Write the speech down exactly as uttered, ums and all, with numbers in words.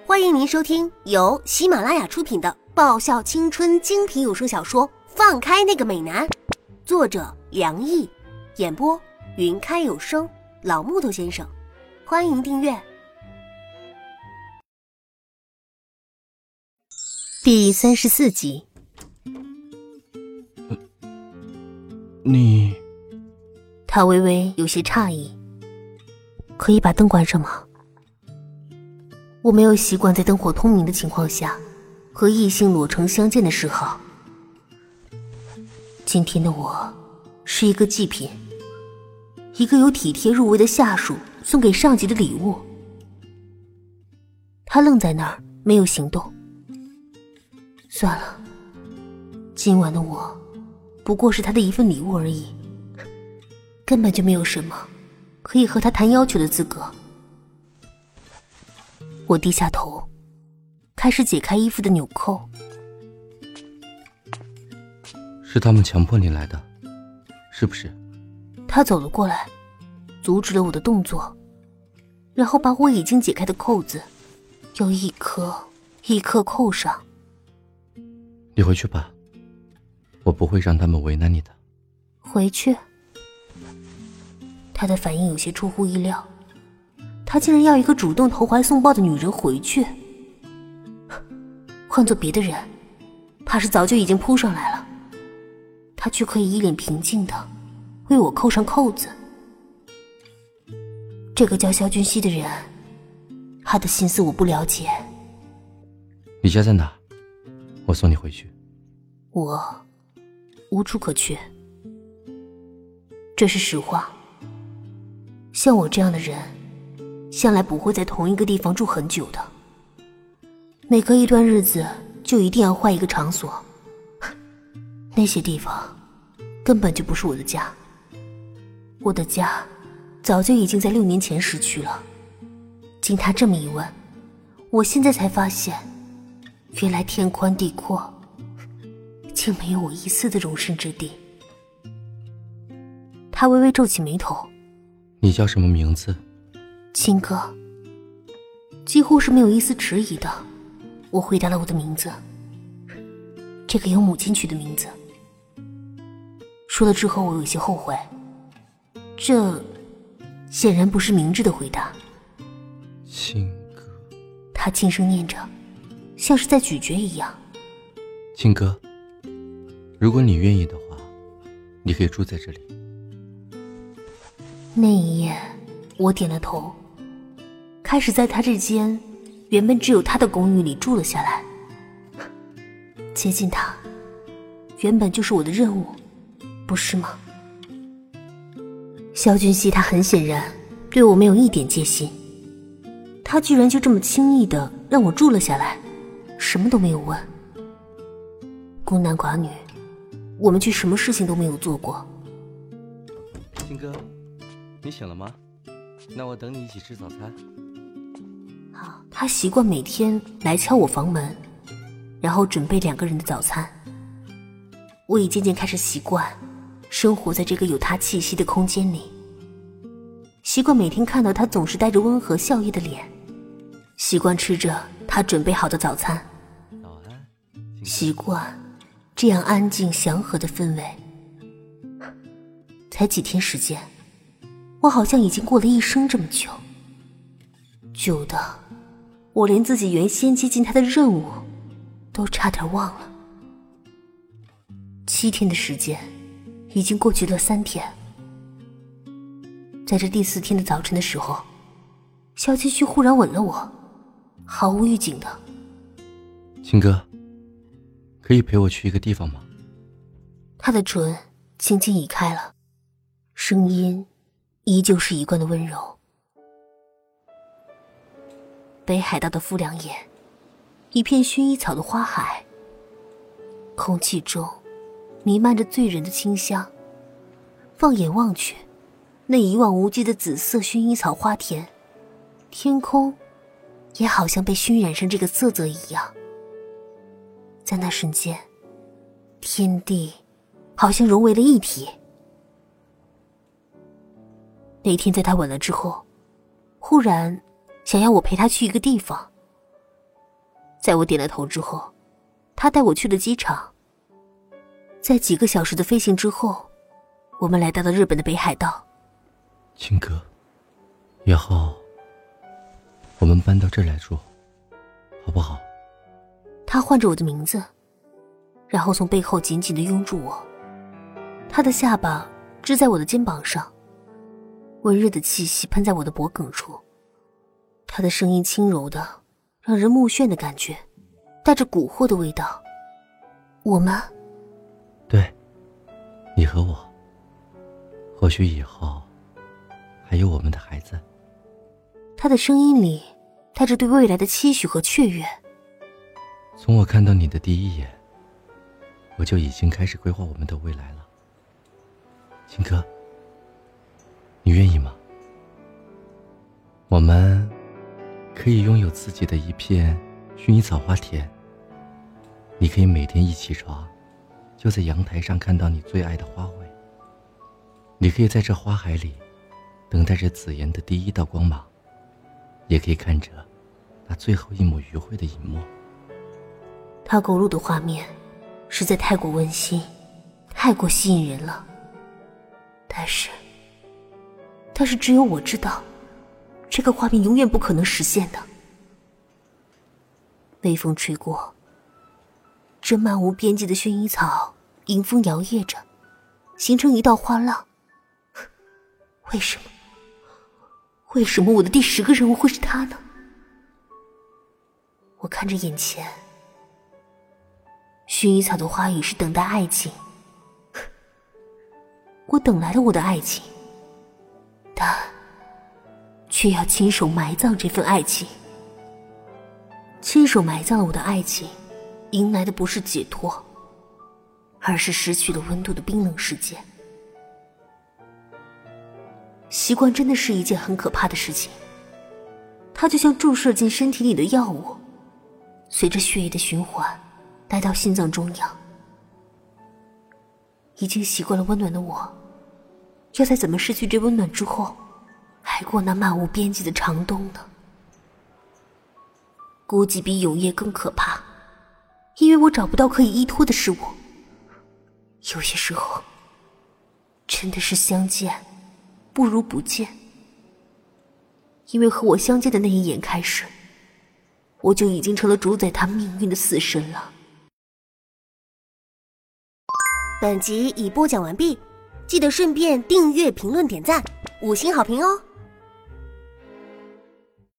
欢迎您收听由喜马拉雅出品的爆笑青春精品有声小说《放开那个美男》，作者梁毅，演播云开有声，老木头先生。欢迎订阅。第三十四集。 呃、你…… 他微微有些诧异，可以把灯关上吗？我没有习惯在灯火通明的情况下和异性裸成相见的嗜好。今天的我是一个祭品，一个有体贴入微的下属送给上级的礼物。他愣在那儿没有行动。算了，今晚的我不过是他的一份礼物而已，根本就没有什么可以和他谈要求的资格。我低下头，开始解开衣服的纽扣。 是他们强迫你来的，是不是？ 他走了过来，阻止了我的动作，然后把我已经解开的扣子又一颗一颗扣上。 你回去吧，我不会让他们为难你的。 回去？他的反应有些出乎意料，他竟然要一个主动投怀送抱的女人回去。换做别的人，怕是早就已经扑上来了，他却可以一脸平静的为我扣上扣子。这个叫肖君熙的人，他的心思我不了解。 你家在哪？我送你回去。 我无处可去，这是实话。像我这样的人向来不会在同一个地方住很久的，每隔一段日子就一定要换一个场所。那些地方根本就不是我的家，我的家早就已经在六年前失去了。经他这么一问，我现在才发现，原来天宽地阔，竟没有我一丝的容身之地。他微微皱起眉头。 你叫什么名字？ 青哥。几乎是没有一丝迟疑的，我回答了我的名字，这个由母亲取的名字。说了之后我有些后悔，这显然不是明智的回答。 青哥。 他轻声念着，像是在咀嚼一样。 青哥，如果你愿意的话，你可以住在这里。 那一夜我点了头，开始在他这间原本只有他的公寓里住了下来。接近他原本就是我的任务，不是吗？肖君熙他很显然对我没有一点戒心，他居然就这么轻易的让我住了下来，什么都没有问。孤男寡女，我们却什么事情都没有做过。 青哥，你醒了吗？那我等你一起吃早餐。 好，他习惯每天来敲我房门，然后准备两个人的早餐。我已渐渐开始习惯生活在这个有他气息的空间里，习惯每天看到他总是带着温和笑意的脸，习惯吃着他准备好的早餐， 早安， 习惯这样安静祥和的氛围。才几天时间，我好像已经过了一生这么久，久的我连自己原先接近他的任务都差点忘了。七天的时间已经过去了三天，在这第四天的早晨的时候，肖七旭忽然吻了我，毫无预警的。 青哥，可以陪我去一个地方吗？ 他的唇轻轻移开了，声音依旧是一贯的温柔。北海道的富良野，一片薰衣草的花海，空气中弥漫着醉人的清香。放眼望去，那一望无际的紫色薰衣草花田，天空也好像被熏染成这个色泽一样。在那瞬间，天地好像融为了一体。那天在他吻了之后，忽然想要我陪他去一个地方， 在我点了头之后，他带我去了机场。在几个小时的飞行之后，我们来到了日本的北海道。 青哥，以后我们搬到这儿来住，好不好？ 他唤着我的名字，然后从背后紧紧地拥住我，他的下巴支在我的肩膀上，温热的气息喷在我的脖颈处。他的声音轻柔的，让人目眩的感觉，带着蛊惑的味道。我们， 对，你和我，或许以后还有我们的孩子。 他的声音里带着对未来的期许和雀跃。 从我看到你的第一眼，我就已经开始规划我们的未来了。青哥，你愿意吗？我们可以拥有自己的一片薰衣草花田，你可以每天一起床就在阳台上看到你最爱的花卉，你可以在这花海里等待着紫妍的第一道光芒，也可以看着那最后一抹余晖的隐没。 他勾勒的画面实在太过温馨，太过吸引人了。但是但是只有我知道，这个画面永远不可能实现的。微风吹过，这漫无边际的薰衣草迎风摇曳着，形成一道花浪。为什么为什么我的第十个人物会是他呢？我看着眼前，薰衣草的花语是等待爱情，我等来了我的爱情，但却要亲手埋葬这份爱情。亲手埋葬了我的爱情，迎来的不是解脱，而是失去了温度的冰冷世界。习惯真的是一件很可怕的事情，它就像注射进身体里的药物，随着血液的循环来到心脏中央。已经习惯了温暖的我，要在怎么失去这温暖之后挨过那漫无边际的长冬呢？估计比永夜更可怕，因为我找不到可以依托的事物。有些时候真的是相见不如不见，因为和我相见的那一眼开始，我就已经成了主宰他命运的死神了。 本集已播讲完毕，记得顺便订阅、评论、点赞、五星好评哦！